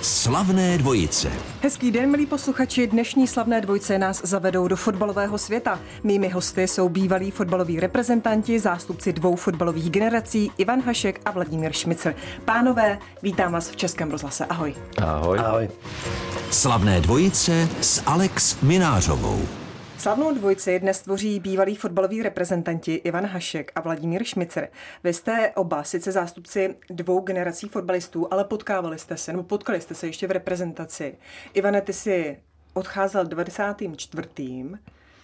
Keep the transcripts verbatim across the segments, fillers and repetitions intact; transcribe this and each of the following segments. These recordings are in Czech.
Slavné dvojice. Hezký den, milí posluchači. Dnešní slavné dvojice nás zavedou do fotbalového světa. Mými hosty jsou bývalí fotbaloví reprezentanti, zástupci dvou fotbalových generací, Ivan Hašek a Vladimír Šmicr. Pánové, vítám vás v Českém rozhlase. Ahoj. Ahoj. Ahoj. Slavné dvojice s Alex Minářovou. Slavnou dvojici dnes tvoří bývalí fotbaloví reprezentanti Ivan Hašek a Vladimír Šmicr. Vy jste oba sice zástupci dvou generací fotbalistů, ale potkávali jste se, nebo potkali jste se ještě v reprezentaci. Ivane, ty jsi odcházel v devadesátém čtvrtém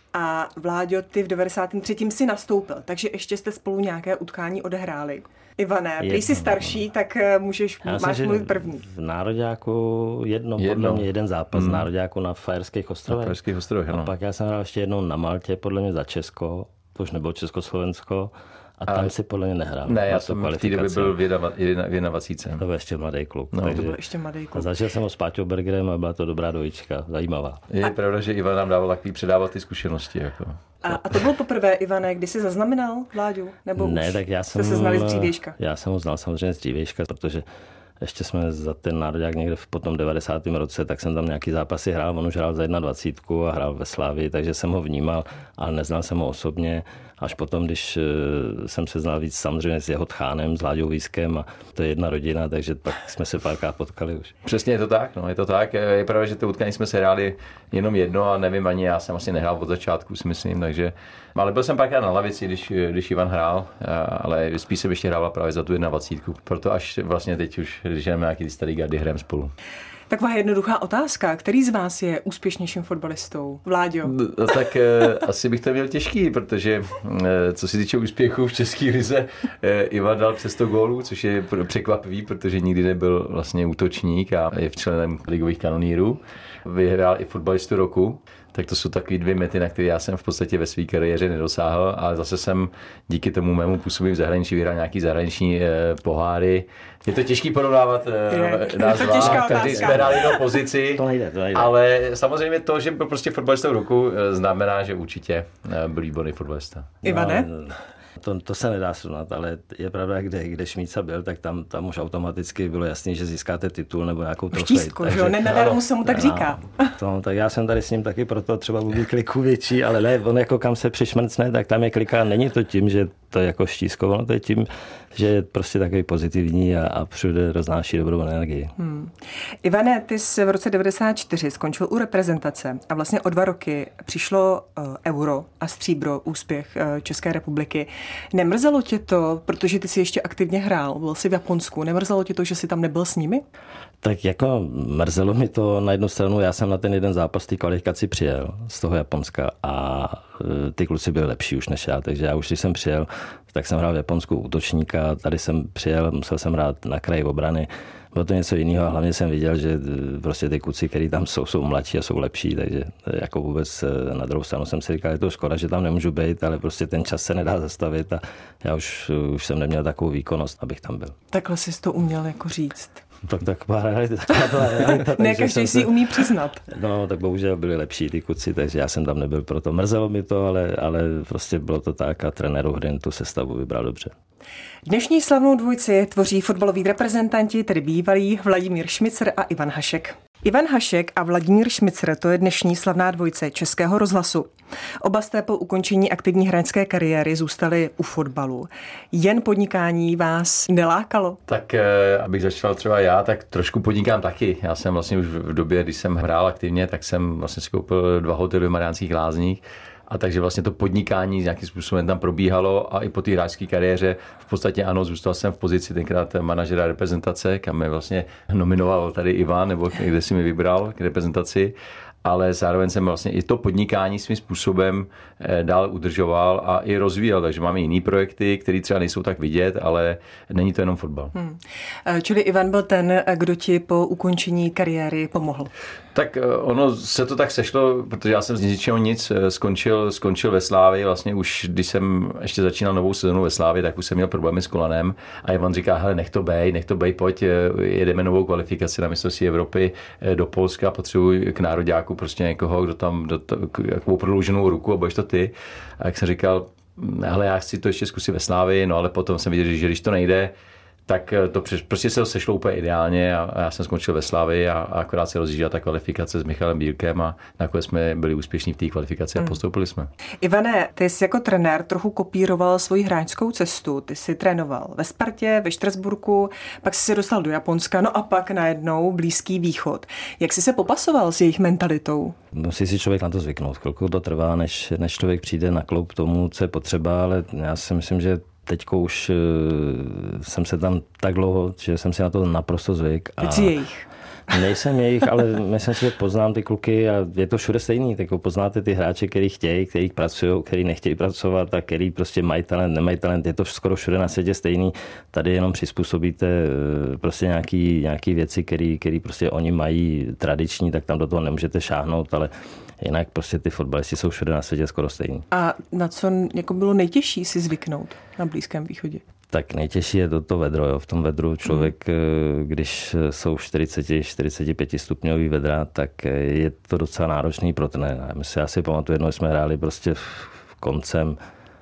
a Vláďo, ty v devadesátém třetím si nastoupil, takže ještě jste spolu nějaké utkání odehráli. Ivane, prý jsi starší, tak můžeš, Já máš myslím, mluvit první. V Nároďáku jedno, jedno. podle mě jeden zápas Hmm. v Nároďáku na Fajerských ostrovech. Na Fajerských ostrovech, ano. A pak já jsem hrál ještě jednou na Maltě, podle mě za Česko, to už nebylo Československo, a tam a si podle mě nehrál. Ne, já jsem v té době byl v jednadvacítce. To byl ještě mladý kluk. No, takže To byl ještě mladý kluk. zažil jsem ho s Páťou Bergerem a byla to dobrá dvojička, zajímavá. Je a... pravda, že Ivan nám dával takový předávat ty zkušenosti. Jako. A, a to bylo poprvé, Ivane, kdy jsi zaznamenal Vláďu? Nebo Ne, už tak já jste jsem, se znali z dřívějška? Já jsem ho znal samozřejmě z dřívějška, protože ještě jsme za ten Nároďák někde v potom devadesátém roce, tak jsem tam nějaký zápasy hrál, on už hrál za dvacet jedna a hrál ve Slavii, takže jsem ho vnímal, ale neznal jsem ho osobně. Až potom, když jsem se znal víc samozřejmě s jeho tchánem, s Láďou Vískem, a to je jedna rodina, takže pak jsme se párkrát potkali už. Přesně je to tak, no, je to tak. Je pravda, že to utkání jsme se hráli jenom jedno a nevím ani, já jsem vlastně nehrál od začátku, si myslím, takže... Ale byl jsem párkrát na lavici, když, když Ivan hrál, ale spíš jsem ještě hrál právě za tu dvacítku. Proto až vlastně teď už, když jdeme nějaký ty starý gardy, hrajeme spolu. Taková jednoduchá otázka. Který z vás je úspěšnějším fotbalistou? Vláďo? No, tak e, asi bych to měl těžký, protože e, co se týče úspěchu v české lize, e, Ivan dal přes sto gólů, což je překvapivý, protože nikdy nebyl vlastně útočník a je členem ligových kanonýrů. Vyhrál i fotbalistu roku. Tak to jsou takový dvě mety, na které já jsem v podstatě ve své kariéře nedosáhl, ale zase jsem díky tomu mému působení v zahraničí vyhrál nějaký zahraniční eh, poháry. Je to těžký porovnávat eh, nás dva, každý jsme hráli jinou pozici, to nejde, to nejde. Ale samozřejmě to, že byl prostě fotbalistou roku, eh, znamená, že určitě eh, byl výborný fotbalista. Ivane? No, To, to se nedá srovnat, ale je pravda, kde, kde Šmíca byl, tak tam, tam už automaticky bylo jasný, že získáte titul nebo nějakou trofej. Štístko, že jo? Nenadarmo se mu tak říká. To, tak já jsem tady s ním taky proto třeba byl kliku větší, ale ne, on jako kam se přišmrcne, tak tam je klika. Není to tím, že to je jako štístko, ono to je tím, že je prostě takový pozitivní a, a všude roznáší dobrou energii. Hmm. Ivane, ty jsi v roce devadesát čtyři skončil u reprezentace a vlastně o dva roky přišlo uh, euro a stříbro, úspěch uh, České republiky. Nemrzelo tě to, protože ty jsi ještě aktivně hrál, byl jsi v Japonsku, nemrzelo tě to, že jsi tam nebyl s nimi? Tak jako mrzelo mi to na jednu stranu, já jsem na ten jeden zápas té kvalifikaci přijel z toho Japonska a ty kluci byli lepší už než já, takže já už když jsem přijel, tak jsem hrál v Japonsku útočníka, tady jsem přijel, musel jsem hrát na kraji obrany, bylo to něco jiného a hlavně jsem viděl, že prostě ty kluci, kteří tam jsou, jsou mladší a jsou lepší, takže jako vůbec na druhou stranu jsem si říkal, je to škoda, že tam nemůžu být, ale prostě ten čas se nedá zastavit a já už, už jsem neměl takovou výkonnost, abych tam byl. Takhle jsi to uměl jako říct. Tak taková realita. Taková realita ne každý si umí přiznat. No, tak bohužel byli lepší ty kluci, takže já jsem tam nebyl proto. Mrzelo mi to, ale, ale prostě bylo to tak a trenér Uhryn tu sestavu vybral dobře. Dnešní slavnou dvojici tvoří fotbaloví reprezentanti, tedy bývalí Vladimír Šmicr a Ivan Hašek. Ivan Hašek a Vladimír Šmicr, to je dnešní slavná dvojice Českého rozhlasu. Oba jste po ukončení aktivní hráčské kariéry zůstali u fotbalu. Jen podnikání vás nelákalo? Tak abych začal třeba já, tak trošku podnikám taky. Já jsem vlastně už v době, kdy jsem hrál aktivně, tak jsem vlastně si koupil dva hotely v Mariánských Lázních. A takže vlastně to podnikání nějakým způsobem tam probíhalo a i po té hráčské kariéře v podstatě ano, zůstal jsem v pozici tenkrát manažera reprezentace, kam mě vlastně nominoval tady Ivan, nebo kde si mi vybral k reprezentaci. Ale zároveň jsem vlastně i to podnikání svým způsobem dál udržoval a i rozvíjel, takže máme jiný projekty, které třeba nejsou tak vidět, ale není to jenom fotbal. Hmm. Čili Ivan byl ten, kdo ti po ukončení kariéry pomohl? Tak ono se to tak sešlo, protože já jsem z ničeho nic skončil, skončil ve Slávii, vlastně už když jsem ještě začínal novou sezonu ve Slávii, tak už jsem měl problémy s kolanem a Ivan říká, hele, nech to bej, nech to bej, pojď, jedeme novou kvalifikaci na mistrovství Evropy do Polska, potřebuji k nároďáku prostě někoho, kdo tam, do takovou prodlouženou ruku a budeš to ty. A jak jsem říkal, hele, já chci to ještě zkusit ve Slávii, no ale potom jsem viděl, že když to nejde, tak to prostě se to sešlo úplně ideálně a já jsem skončil ve Slavii a akorát se rozjížděla ta kvalifikace s Michalem Bírkem a nakonec jsme byli úspěšní v té kvalifikaci a postoupili jsme. Ivane, ty jsi jako trenér trochu kopíroval svoji hráčskou cestu. Ty jsi trénoval ve Spartě, ve Štrasburku, pak jsi se dostal do Japonska, no a pak najednou Blízký východ. Jak jsi se popasoval s jejich mentalitou? Musí si člověk na to zvyknout. Chvilku to trvá, než, než člověk přijde na kloub tomu, co je potřeba, ale já si myslím, že teďko už jsem se tam tak dlouho, že jsem si na to naprosto zvyk. Teď jsi jejich. Nejsem jejich, ale myslím si, že poznám ty kluky a je to všude stejný. Tak poznáte ty hráče, který chtějí, který pracují, který nechtějí pracovat a který prostě mají talent, nemají talent. Je to skoro všude na světě stejný. Tady jenom přizpůsobíte prostě nějaký, nějaký věci, který, který prostě oni mají tradiční, tak tam do toho nemůžete šáhnout, ale jinak prostě ty fotbalisti jsou všude na světě skoro stejný. A na co jako bylo nejtěžší si zvyknout na Blízkém východě? Tak nejtěžší je to, to vedro. Jo. V tom vedru člověk, hmm. když jsou čtyřicet čtyřicet pět stupňový vedra, tak je to docela náročný pro trenéra. Já si pamatuju, jednou jsme hráli prostě v koncem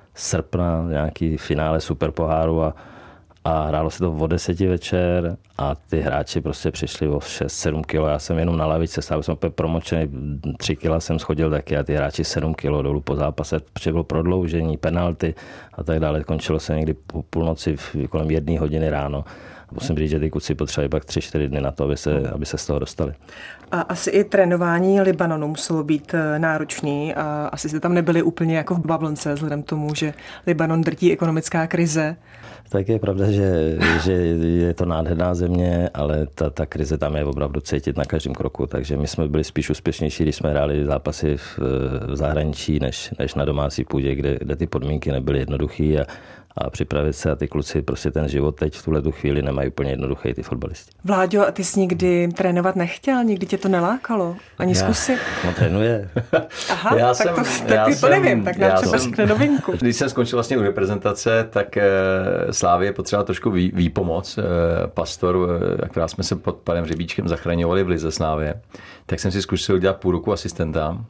srpna nějaký finále superpoháru a a hrálo se to o deseti večer a ty hráči prostě přišli o šest sedm kilo. Já jsem jenom na lavičce stál, jsem opět promočený, tři kila jsem schodil taky a ty hráči sedm kilo dolů po zápase. Protože bylo prodloužení, penalty a tak dále. Končilo se někdy po půlnoci kolem jedné hodiny ráno. Musím říct, že ty kluci potřebovali pak tři čtyři dny na to, aby se, aby se z toho dostali. A asi i trénování Libanonu muselo být náročný a asi jste tam nebyli úplně jako v bavlnce, vzhledem k tomu, že Libanon drtí ekonomická krize. Tak je pravda, že, že je to nádherná země, ale ta, ta krize tam je opravdu cítit na každém kroku, takže my jsme byli spíš úspěšnější, když jsme hráli zápasy v, v zahraničí, než, než na domácí půdě, kde, kde ty podmínky nebyly jednoduché a, a připravit se a ty kluci prostě ten život teď v tuhle tu chvíli nemají úplně jednoduchý ty fotbalisti. Vláďo, a ty jsi nikdy trénovat nechtěl? Nikdy tě to nelákalo? Ani já, zkusit? On trénuje. Aha, já tak, jsem, to, tak ty to nevím, tak nám třeba jsem, řekne novinku. Když jsem skončil vlastně u reprezentace, tak e, Slávie potřebovala trošku vý, výpomoc. E, pastor, e, akorát jsme se pod panem Řebíčkem zachraňovali v lize Slávie, tak jsem si zkusil dělat půl roku asistenta.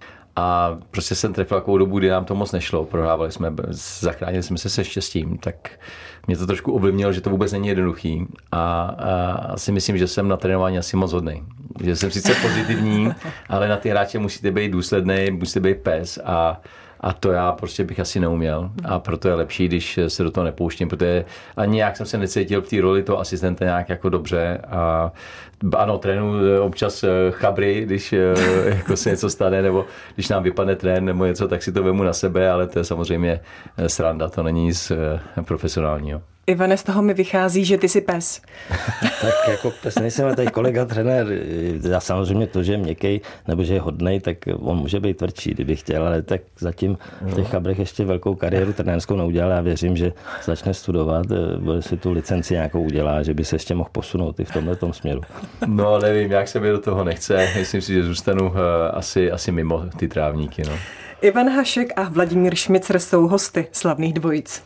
A prostě jsem trefil takovou dobu, kdy nám to moc nešlo. Prohrávali jsme, zachránili jsme se se štěstím, tak mě to trošku ovlivnilo, že to vůbec není jednoduchý. A, a asi myslím, že jsem na trénování asi moc hodnej. Že jsem sice pozitivní, ale na ty hráče musíte být důsledný, musíte být pes a A to já prostě bych asi neuměl. A proto je lepší, když se do toho nepouštím, protože ani nějak jsem se necítil v té roli toho asistenta nějak jako dobře. A ano, trénuji občas chabry, když jako se něco stane, nebo když nám vypadne trén nebo něco, tak si to vemu na sebe, ale to je samozřejmě sranda, to není nic profesionálního. Ivane, z toho mi vychází, že ty jsi pes. Tak jako pes nejsem, tady kolega trenér. Já samozřejmě to, že je měkkej nebo že je hodnej, tak on může být tvrdší, kdyby chtěl, ale tak zatím v těch chabrech ještě velkou kariéru trenérskou neudělal. Já věřím, že začne studovat, bude si tu licenci nějakou udělá, že by se ještě mohl posunout i v tomhletom směru. No nevím, jak se mi do toho nechce. Myslím si, že zůstanu asi, asi mimo ty trávníky. No. Ivan Hašek a Vladimír Šmicer jsou hosty Slavných dvojic.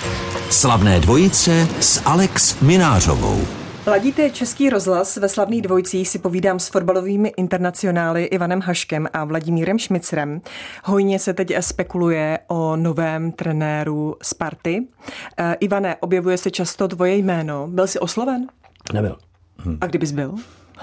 Slavné dvojice s Alex Minářovou. Ladíte Český rozhlas, ve Slavných dvojicích si povídám s fotbalovými internacionály Ivanem Haškem a Vladimírem Šmicerem. Hojně se teď spekuluje o novém trenéru Sparty. Uh, Ivane, objevuje se často tvoje jméno. Byl jsi osloven? Nebyl. Hm. A kdybys byl?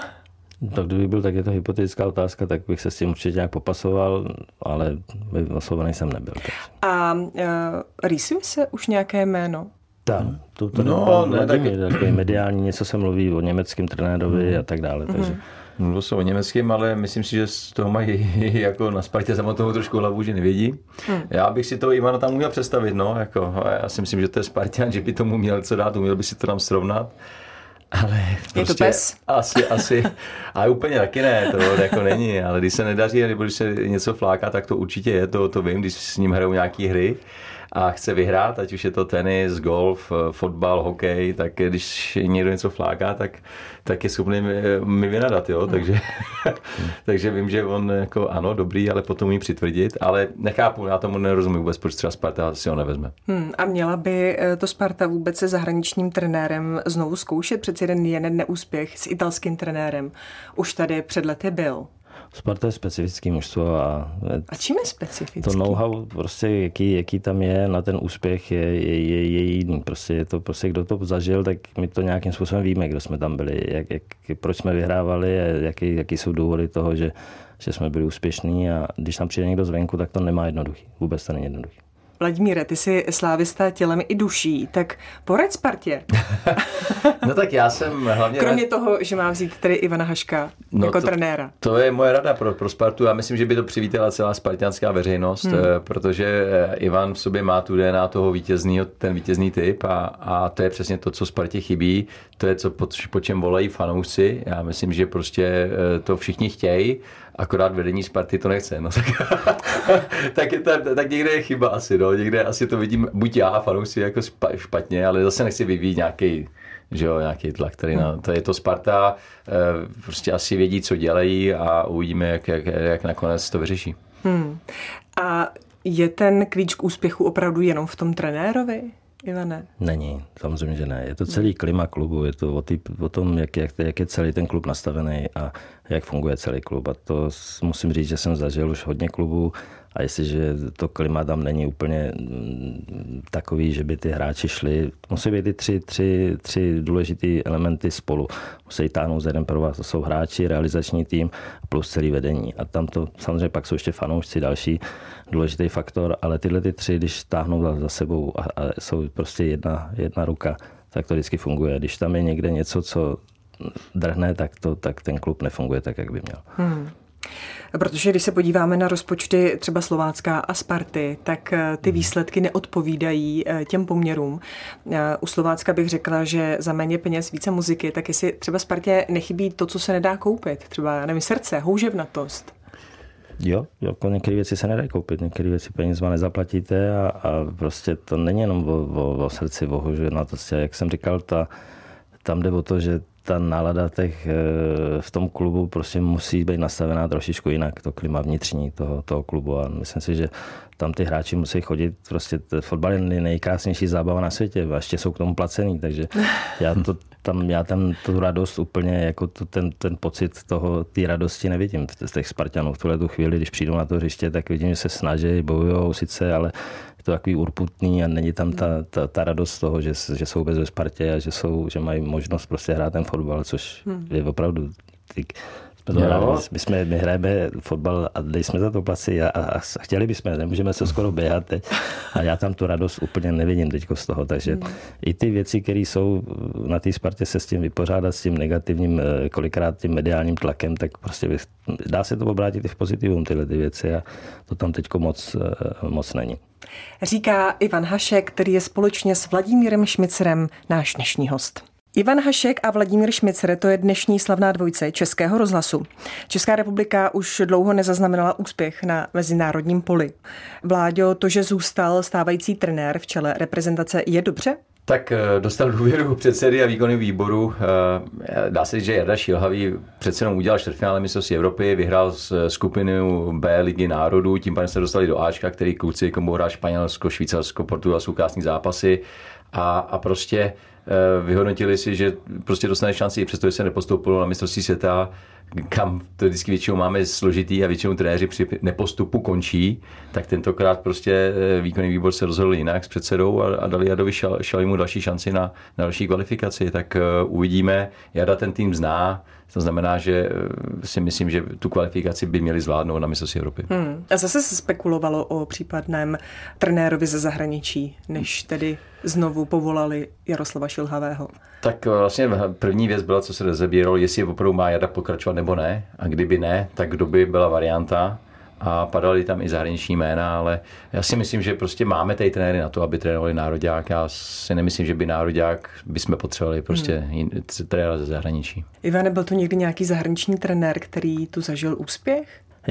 Tak kdyby byl, tak je to hypotetická otázka, tak bych se s tím určitě nějak popasoval, ale oslovený jsem nebyl. Takže. A uh, rýsuje se už nějaké jméno? Tak, to, to no, ne, taky takový mediální, něco se mluví o německém trenérovi mm. a tak dále. Takže. Mm. Mluvil se o německém, ale myslím si, že z toho mají jako na Spartě samotnou trošku hlavu, že nevědí. Mm. Já bych si toho Ivana tam uměl představit, no, jako, já si myslím, že to je Spartan, že by tomu měl co dát, uměl by si to tam srovnat. Ale prostě je to pes? Asi, asi, ale úplně taky ne, to jako není, ale když se nedaří, nebo když se něco fláká, tak to určitě je, to, to vím, když s ním hrajou nějaký hry a chce vyhrát, ať už je to tenis, golf, fotbal, hokej, tak když někdo něco fláká, tak, tak je schopný mi, mi vynadat, jo, takže, takže vím, že on jako ano, dobrý, ale potom jí přitvrdit, ale nechápu, já tomu nerozumím vůbec, proč třeba Sparta si ho nevezme. Hmm, a měla by to Sparta vůbec se zahraničním trenérem znovu zkoušet? Přeci jeden jeden neúspěch s italským trenérem už tady před lety byl. Sparta je specifický mužstvo a... A čím je specifický? To know-how, prostě, jaký, jaký tam je na ten úspěch, je, je, je, je jiný. Prostě je to, prostě kdo to zažil, tak my to nějakým způsobem víme, kdo jsme tam byli, jak, jak, proč jsme vyhrávali a jaký, jaký jsou důvody toho, že, že jsme byli úspěšní a když tam přijde někdo zvenku, tak to nemá jednoduchý. Vůbec to není jednoduchý. Vladimíre, ty jsi slávista tělem i duší, tak poraď Spartě. No tak já jsem hlavně... Kromě rad... toho, že mám vzít tady Ivana Haška no jako to, trenéra. To je moje rada pro, pro Spartu. Já myslím, že by to přivítala celá spartianská veřejnost, hmm. protože Ivan v sobě má tu D N A toho vítězného, ten vítězný typ a, a to je přesně to, co Spartě chybí. To je, co, po, po čem volají fanoušci. Já myslím, že prostě to všichni chtějí, akorát vedení Sparty to nechce. No, tak, tak, je tam, tak někde je chyba asi. No. Někde asi to vidím buď já, fanoušci, jako špatně, ale zase nechci vyvíjet nějaký, že jo, nějaký tlak. Který, no, to je to Sparta, prostě asi vědí, co dělají a uvidíme, jak, jak, jak nakonec to vyřeší. Hmm. A je ten klíč k úspěchu opravdu jenom v tom trenérovi, Ivane? Není, samozřejmě, že ne. Je to celý klima klubu, je to o, tý, o tom, jak, jak, jak je celý ten klub nastavený a jak funguje celý klub. A to musím říct, že jsem zažil už hodně klubů a jestliže to klima tam není úplně takový, že by ty hráči šli, musí být ty tři, tři, tři důležitý elementy spolu. Musí táhnout za jeden provaz, to jsou hráči, realizační tým plus celý vedení. A tam to samozřejmě pak jsou ještě fanoušci, další důležitý faktor, ale tyhle ty tři, když táhnou za sebou a, a jsou prostě jedna, jedna ruka, tak to vždycky funguje. Když tam je někde něco, co drhne, tak, to, tak ten klub nefunguje tak, jak by měl. Hmm. Protože když se podíváme na rozpočty třeba Slovácka a Sparty, tak ty výsledky neodpovídají těm poměrům. U Slovácka bych řekla, že za méně peněz více muziky, tak jestli třeba Spartě nechybí to, co se nedá koupit. Třeba, nevím, srdce, houževnatost. Jo, jako některé věci se nedají koupit, některé věci penězma nezaplatíte a, a prostě to není jenom o, o, o srdci, o houževnatosti. Jak jsem říkal, ta, tam jde o to, že ta nálada těch v tom klubu prostě musí být nastavená trošičku jinak, to klima vnitřní toho, toho klubu a myslím si, že tam ty hráči musí chodit, prostě fotbal je nejkrásnější zábava na světě a ještě jsou k tomu placený, takže já, to, tam, já tam tu radost úplně, jako to, ten, ten pocit toho, té radosti nevidím z těch Spartanů. V tuhle tu chvíli, když přijdou na to hřiště, tak vidím, že se snaží, bojujou sice, ale to takový urputný a není tam ta, ta, ta radost toho, že, že jsou vůbec ve Spartě a že, jsou, že mají možnost prostě hrát ten fotbal, což hmm. je opravdu... Ty, jsme hráli, my, jsme, my hrajeme fotbal a nejsme za to placi a, a, a chtěli bychom, nemůžeme se skoro běhat teď a já tam tu radost úplně nevidím teďko z toho, takže hmm. i ty věci, které jsou na té Spartě se s tím vypořádat, s tím negativním, kolikrát tím mediálním tlakem, tak prostě dá se to obrátit i v pozitivum tyhle ty věci a to tam teďko moc, moc není. Říká Ivan Hašek, který je společně s Vladimírem Šmicerem náš dnešní host. Ivan Hašek a Vladimír Šmicer, to je dnešní slavná dvojice Českého rozhlasu. Česká republika už dlouho nezaznamenala úspěch na mezinárodním poli. Vláďo, to, že zůstal stávající trenér v čele reprezentace, je dobře? Tak dostal důvěru předsedy a výkonného výboru. Dá se říct, že Jarda Šilhavý přece jenom udělal čtvrtfinále mistrovství Evropy, vyhrál s skupinu B ligy národů, tím pádem se dostali do Ačka, který kluci komu hrál Španělsko, Švýcarsko, Portugalsko, krásný zápasy a, a prostě vyhodnotili si, že prostě dostane šanci i přesto, že se nepostoupilo na mistrovství světa, kam to vždycky většinou máme složitý a většinou trenéři při nepostupu končí, tak tentokrát prostě výkonný výbor se rozhodl jinak s předsedou a, a dali Jardovi Šilhavému další šanci na, na další kvalifikaci, tak uh, uvidíme. Jarda ten tým zná, to znamená, že si myslím, že tu kvalifikaci by měli zvládnout na mistrovství Evropy. Hmm. A zase se spekulovalo o případném trenérovi ze zahraničí, než tedy znovu povolali Jaroslava Šilhavého. Tak vlastně první věc byla, co se rozebíralo, jestli opravdu má Jarda pokračovat nebo ne. A kdyby ne, tak kdo by byla varianta. A padaly tam i zahraniční jména, ale já si myslím, že prostě máme tady trenéry na to, aby trénovali nároďák. Já si nemyslím, že by nároďák bychom potřebovali prostě hmm. trenéra ze zahraničí. Ivane, byl to někdy nějaký zahraniční trenér, který tu zažil úspěch?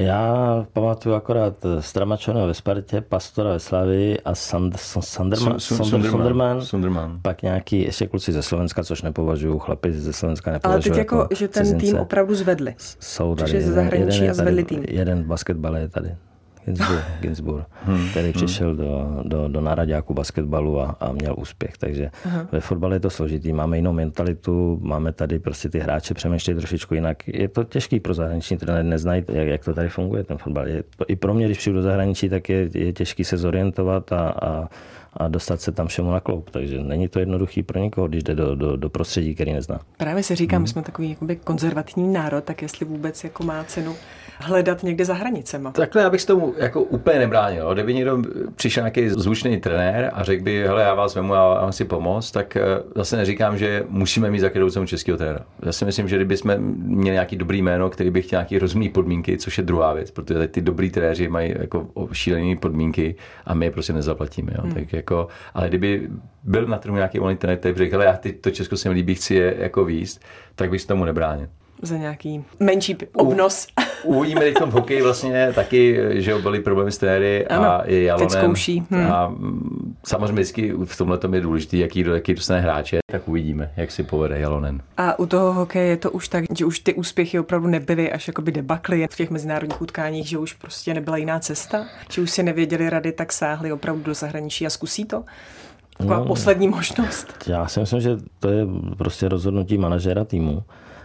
Já pamatuju akorát Stramačona ve Spartě, Pastora ve Slavii a Sand, Sanderman, Sunderman, Sunderman, Sunderman. Pak nějaký ještě kluci ze Slovenska, což nepovažuji, chlapi ze Slovenska nepovažuji. Ale teď jako, jako že ten cizince. Tým opravdu zvedli. Jsou tady ze zahraničí jeden, a zvedli tady, tým. Jeden v basketbale je tady, Ginsburg, Ginsburg hmm. který přišel do, do, do náraďáku basketbalu a, a měl úspěch. Takže Aha. ve fotbale je to složitý. Máme jinou mentalitu, máme tady prostě ty hráče přemýšlejí trošičku jinak. Je to těžký pro zahraniční trenér, neznají, jak, jak to tady funguje ten fotbal. Je, I pro mě, když přijdu do zahraničí, tak je, je těžký se zorientovat a, a a dostat se tam všemu na kloup. Takže není to jednoduchý pro nikoho, když jde do, do, do prostředí, který nezná. Právě se říká, hmm. my jsme takový jakoby konzervativní národ, tak jestli vůbec jako má cenu hledat někde za hranicema. Takhle já bych s tomu jako úplně nebránil. Kdyby někdo přišel nějaký zvučný trenér a řekl by, hele, já vás vemu a vám si pomoct, tak zase neříkám, že musíme mít za každou cenu českého trenéra. Já si myslím, že kdyby jsme měli nějaký dobrý jméno, který by chtěl nějaký rozumný podmínky, což je druhá věc, protože ty dobrý trenéři mají jako šílené podmínky a my je prostě nezaplatíme. Jo. Hmm. Tak jako, ale kdyby byl na trhu nějaký volný trenér, který řekl, hele, já teď to Česko se mi líbí, chci je jako víc, tak bych s tomu nebránil. Za nějaký menší obnos. Uvidíme teď v tom hokeji vlastně taky, že byly problémy s trenéry a je Jalonen. Hmm. A samozřejmě vždycky v tomhle tom je důležité, jaký, jaký dostane hráče, tak uvidíme, jak si povede Jalonen. A u toho hokeje je to už tak, že už ty úspěchy opravdu nebyly až jakoby debakly v těch mezinárodních utkáních, že už prostě nebyla jiná cesta, že už si nevěděli rady, tak sáhli opravdu do zahraničí a zkusí to? Taková no, poslední možnost. Já si myslím, že to je prostě rozhodnutí manažera týmu.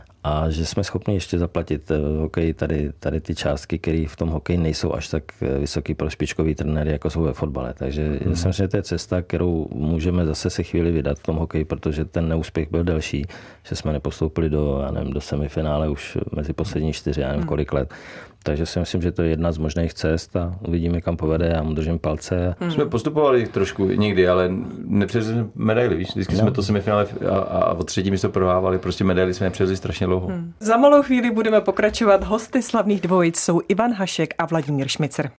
A že jsme schopni ještě zaplatit v hokeji tady, tady ty částky, které v tom hokeji nejsou až tak vysoký pro špičkový trenéry, jako jsou ve fotbale. Takže hmm. já si myslím, že to je cesta, kterou můžeme zase se chvíli vydat v tom hokeji, protože ten neúspěch byl delší, že jsme nepostoupili do, já nevím, do semifinále už mezi poslední čtyři, já nevím hmm. kolik let. Takže si myslím, že to je jedna z možných cest a uvidíme, kam povede. Já mu držím palce. Hmm. Jsme postupovali trošku někdy, ale nepřevzali jsme medaily, víš? Vždycky no. jsme to semifinále a, a o třetí místo prohrávali. Prostě medaily jsme nepřevzali strašně dlouho. Hmm. Za malou chvíli budeme pokračovat. Hosty slavných dvojic jsou Ivan Hašek a Vladimír Šmicer.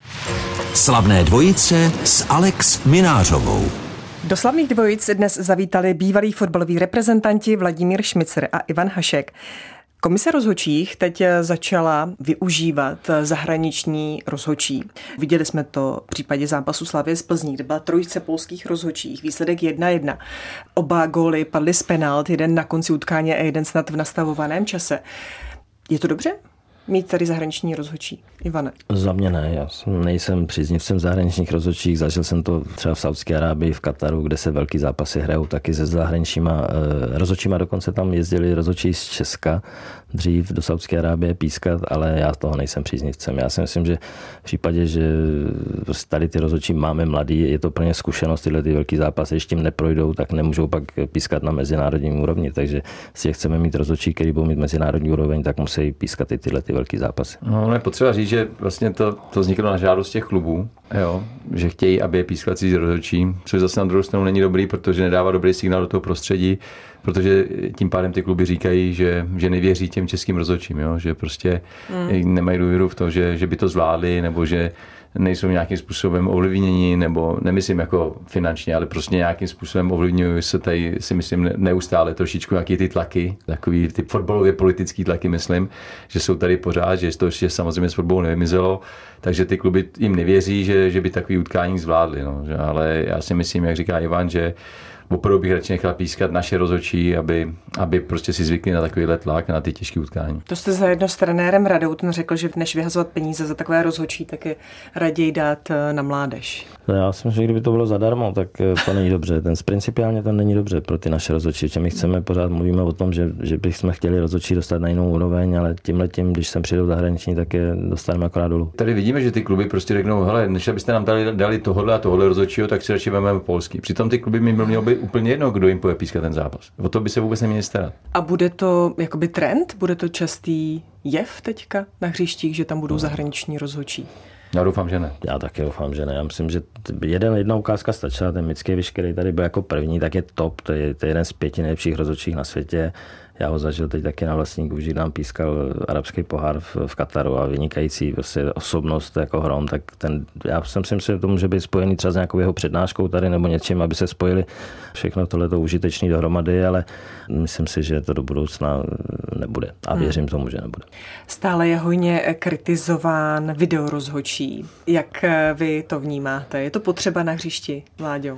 Slavné dvojice s Alex Minářovou. Do slavných dvojic dnes zavítali bývalí fotbaloví reprezentanti Vladimír Šmicer a Ivan Hašek. Komise rozhodčích teď začala využívat zahraniční rozhodčí. Viděli jsme to v případě zápasu Slavie z Plzní, kde byla trojice polských rozhodčích, výsledek jedna jedna. Oba góly padly z penalt, jeden na konci utkání a jeden snad v nastavovaném čase. Je to dobře mít tady zahraniční rozhodčí? Ivane? Za mě ne, já nejsem příznivcem zahraničních rozhodčích, zažil jsem to třeba v Saudské Arábii, v Kataru, kde se velký zápasy hrajou taky se zahraničníma eh, rozhodčíma, dokonce tam jezdili rozhodčí z Česka dřív do Saudské Arábie pískat, ale já toho nejsem příznivcem. Já si myslím, že v případě, že tady ty rozhodčí máme mladý, je to plně zkušenost, tyhle ty velký zápasy, když tím neprojdou, tak nemůžou pak pískat na mezinárodním úrovni, takže si chceme mít rozhodčí, který budou mít mezinárodní úroveň, tak musí pískat i tyhle ty velký zápasy. No, je potřeba říct, že vlastně to, to vzniklo na žádost těch klubů, jo, že chtějí, aby je pískal cizí rozhodčí, což zase na druhou stranu není dobrý, protože nedává dobrý signál do toho prostředí, protože tím pádem ty kluby říkají, že, že nevěří těm českým rozhodčím, jo, že prostě mm. nemají důvěru v to, že, že by to zvládli, nebo že nejsou nějakým způsobem ovlivnění, nebo nemyslím jako finančně, ale prostě nějakým způsobem ovlivňují se tady, si myslím, neustále trošičku nějaký ty tlaky, takový ty fotbalově politický tlaky, myslím, že jsou tady pořád, že to ještě samozřejmě s fotbalou nevymizelo, takže ty kluby jim nevěří, že, že by takový utkání zvládli, no, ale já si myslím, jak říká Ivan, že opravdu bych radši nechal pískat naše rozhodčí, aby, aby prostě si zvykli na takovýhle tlak, na ty těžké utkání. To jste zajedno s trenérem Radou ten řekl, že než vyhazovat peníze za takové rozhodčí, tak je raději dát na mládež. No já si myslím, že kdyby to bylo zadarmo, tak to není dobře. Ten principiálně to není dobře pro ty naše rozhodčí. Že my chceme, pořád mluvíme o tom, že, že bychom chtěli rozhodčí dostat na jinou úroveň, ale tímhletím, když sem přijdou zahraniční, tak je dostaneme akorát dolů. Tady vidíme, že ty kluby prostě řeknou, hele, než abyste nám dali, dali tohle a tohle rozhodčího, tak si radši vezmeme polský. Přitom ty kluby by měly být úplně jedno, kdo jim bude pískat ten zápas. O to by se vůbec neměli starat. A bude to jakoby trend? Bude to častý jev teďka na hřištích, že tam budou zahraniční rozhodčí? Já doufám, že ne. Já taky doufám, že ne. Já myslím, že jeden, jedna ukázka stačila. Ten Mickiewicz, který tady byl jako první, tak je top. To je, to je jeden z pěti nejlepších rozhodčích na světě. Já ho zažil teď taky na vlastní kůži, nám pískal arabský pohár v, v Kataru a vynikající prostě osobnost jako hrom, tak ten, já si myslím, že to může být spojený třeba s nějakou jeho přednáškou tady nebo něčím, aby se spojili všechno tohleto užitečný dohromady, ale myslím si, že to do budoucna nebude a věřím tomu, že nebude. Stále je hojně kritizován videorozhodčí. Jak vy to vnímáte? Je to potřeba na hřišti, Vláďo?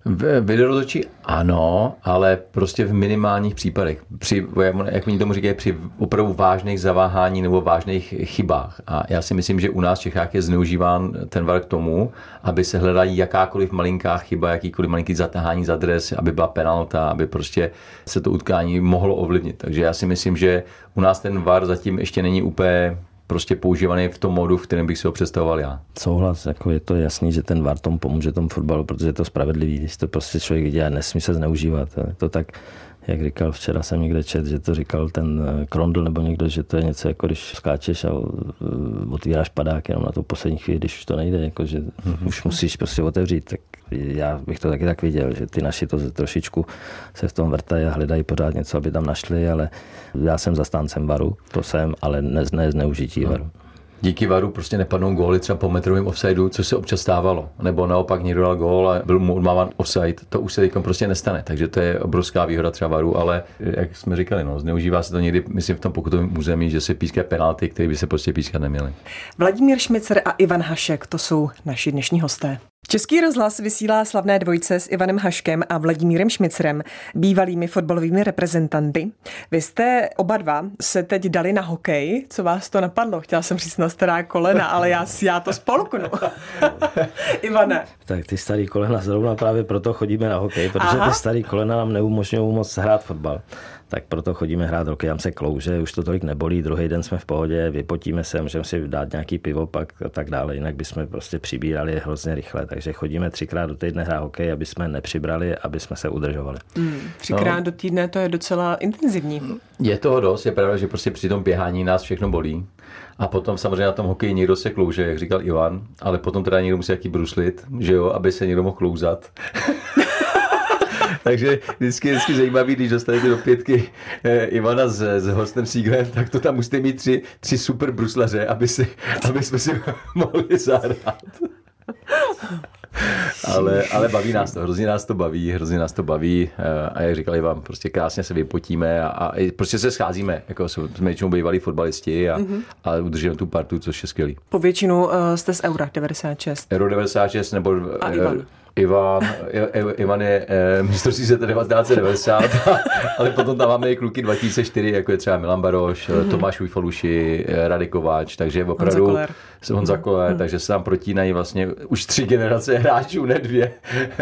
V videorozhodčí ano, ale prostě v minimálních případech. Při, jak oni tomu říkají, při opravdu vážných zaváhání nebo vážných chybách. A já si myslím, že u nás v Čechách je zneužíván ten V A R k tomu, aby se hledají jakákoliv malinká chyba, jakýkoliv malinký zatahání za dres, aby byla penalta, aby prostě se to utkání mohlo ovlivnit. Takže já si myslím, že u nás ten V A R zatím ještě není úplně prostě používaný v tom modu, v kterém bych si ho představoval já. Souhlas, jako je to jasný, že ten V A R tomu pomůže tomu fotbalu, protože je to spravedlivý, když to prostě člověk vidí a nesmí se zneužívat. Je to tak, jak říkal, včera jsem někde čet, že to říkal ten Krondl nebo někdo, že to je něco jako když skáčeš a otvíráš padák jenom na tu poslední chvíli, když už to nejde, jako že mm-hmm. už musíš prostě otevřít, tak já bych to taky tak viděl, že ty naši to trošičku se v tom vrtají a hledají pořád něco, aby tam našli, ale já jsem zastáncem V A R u, to jsem, ale ne, ne zneužití V A R u. Díky V A R u prostě nepadnou góly třeba po metrovém offsideu, což se občas stávalo. Nebo naopak někdo dal gól a byl mu odmáván offside. To už se teď prostě nestane. Takže to je obrovská výhoda třeba V A R u, ale jak jsme říkali, no, zneužívá se to někdy, myslím, v tom pokutovém území, že se pískají penalty, které by se prostě pískat neměly. Vladimír Šmicer a Ivan Hašek, to jsou naši dnešní hosté. Český rozhlas vysílá slavné dvojice s Ivanem Haškem a Vladimírem Šmicerem, bývalými fotbalovými reprezentanty. Vy jste oba dva se teď dali na hokej. Co vás to napadlo? Chtěla jsem říct na stará kolena, ale já, já to spolknu. Ivane. Tak ty starý kolena zrovna právě proto chodíme na hokej, protože Aha. ty starý kolena nám neumožňují moc hrát fotbal. Tak proto chodíme hrát hokej, tam se klouže, už to tolik nebolí, druhý den jsme v pohodě, vypotíme se, můžeme si dát nějaký pivo pak a tak dále, jinak bychom prostě přibírali hrozně rychle, takže chodíme třikrát do týdne hrát hokej, aby jsme nepřibrali, aby jsme se udržovali. Mm, třikrát no. do týdne, to je docela intenzivní. Je toho dost, je pravda, že prostě při tom běhání nás všechno bolí. A potom samozřejmě na tom hokeji někdo se klouže, jak říkal Ivan, ale potom teda někdo musí jaký bruslit, že jo, aby se někdo mohl klouzat. Takže vždycky je vždycky zajímavý, když dostanete do pětky eh, Ivana s, s hostem Sieglem, tak to tam musíte mít tři, tři super bruslaře, aby, si, aby jsme si mohli zahrát. Ale, ale baví nás to, hrozně nás to baví, hrozně nás to baví a jak říkali vám, prostě krásně se vypotíme a, a prostě se scházíme, jako jsme většinou bývalí fotbalisti a, mm-hmm. a udržíme tu partu, což je skvělý. Po většinu uh, jste z Eura devadesát šest. Euro devadesát šest nebo... A Ivan. Ivan, Ivan je eh, mistrovství světa devatenáct set devadesát, ale potom tam máme i kluky dva tisíce čtyři, jako je třeba Milan Baroš, mm-hmm. Tomáš Ujfaluši, Radek Kováč, takže opravdu Honza Koller, Honza Koller mm-hmm. takže se tam protínají vlastně už tři generace hráčů, ne dvě.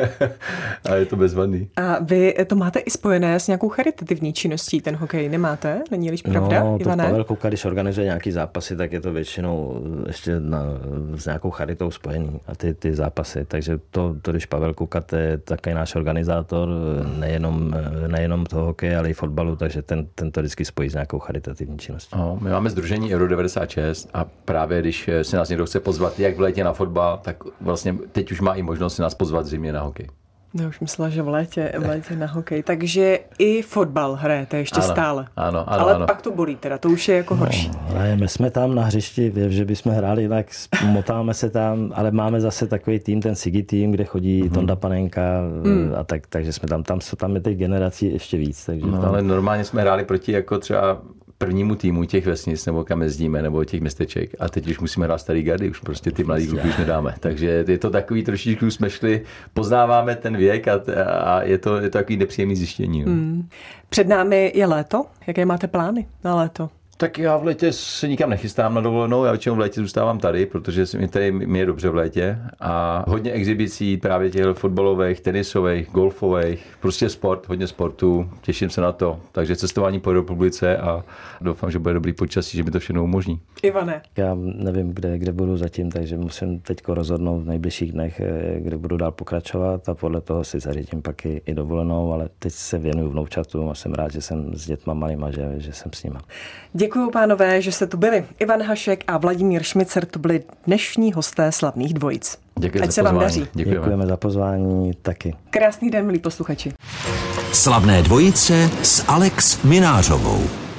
A je to bezvadný. A vy to máte i spojené s nějakou charitativní činností, ten hokej nemáte? Není-liž pravda, no, Ivane? No, Pavel Kuka, když organizuje nějaký zápasy, tak je to většinou ještě na, s nějakou charitou spojený a ty, ty zápasy, takže to, to když Pavel Kukat je takový náš organizátor, nejenom, nejenom toho hokeje, ale i fotbalu, takže ten, ten to vždycky spojí s nějakou charitativní činností. No, my máme sdružení Euro devadesát šest a právě když si nás někdo chce pozvat jak v létě na fotbal, tak vlastně teď už má i možnost si nás pozvat zřejmě na hokej. Já už myslela, že v létě, v létě na hokej. Takže i fotbal hrajete ještě ano, stále. Ano, ano, ale ano. pak to bolí teda, to už je jako horší. No, hrajeme, jsme tam na hřišti, že bychom hráli jinak, motáme se tam, ale máme zase takový tým, ten Sigi tým, kde chodí mm-hmm. Tonda Panenka mm. a tak, takže jsme tam, tam, tam je těch generací ještě víc. Takže no, tam... ale normálně jsme hráli proti jako třeba prvnímu týmu těch vesnic, nebo kam jezdíme, nebo těch městeček. A teď už musíme hrát starý gardy, už prostě ty mladý kluky už nedáme. Takže je to takový trošičku jsme šli, poznáváme ten věk a, a je, to, je to takový nepříjemný zjištění. No. Hmm. Před námi je léto. Jaké máte plány na léto? Tak já v létě se nikam nechystám na dovolenou, já většinou v létě zůstávám tady, protože mi tady mi je dobře v létě a hodně exibicí právě těch fotbalových, tenisových, golfových, prostě sport, hodně sportu, těším se na to. Takže cestování po republice a doufám, že bude dobrý počasí, že mi to všechno umožní. Ivane. Já nevím, kde, kde budu zatím, takže musím teď rozhodnout v nejbližších dnech, kde budu dál pokračovat a podle toho si zařídím pak i, i dovolenou, ale teď se věnuju vnoučatům a jsem rád, že jsem s dětma malýma, že, že jsem s nima. Děkuju, pánové, že jste tu byli. Ivan Hašek a Vladimír Šmicer to byli dnešní hosté slavných dvojic. Děkuji Ať za se pozvání. vám daří. Děkujeme. Děkujeme za pozvání taky. Krásný den, milí posluchači. Slavné dvojice s Alex Minářovou.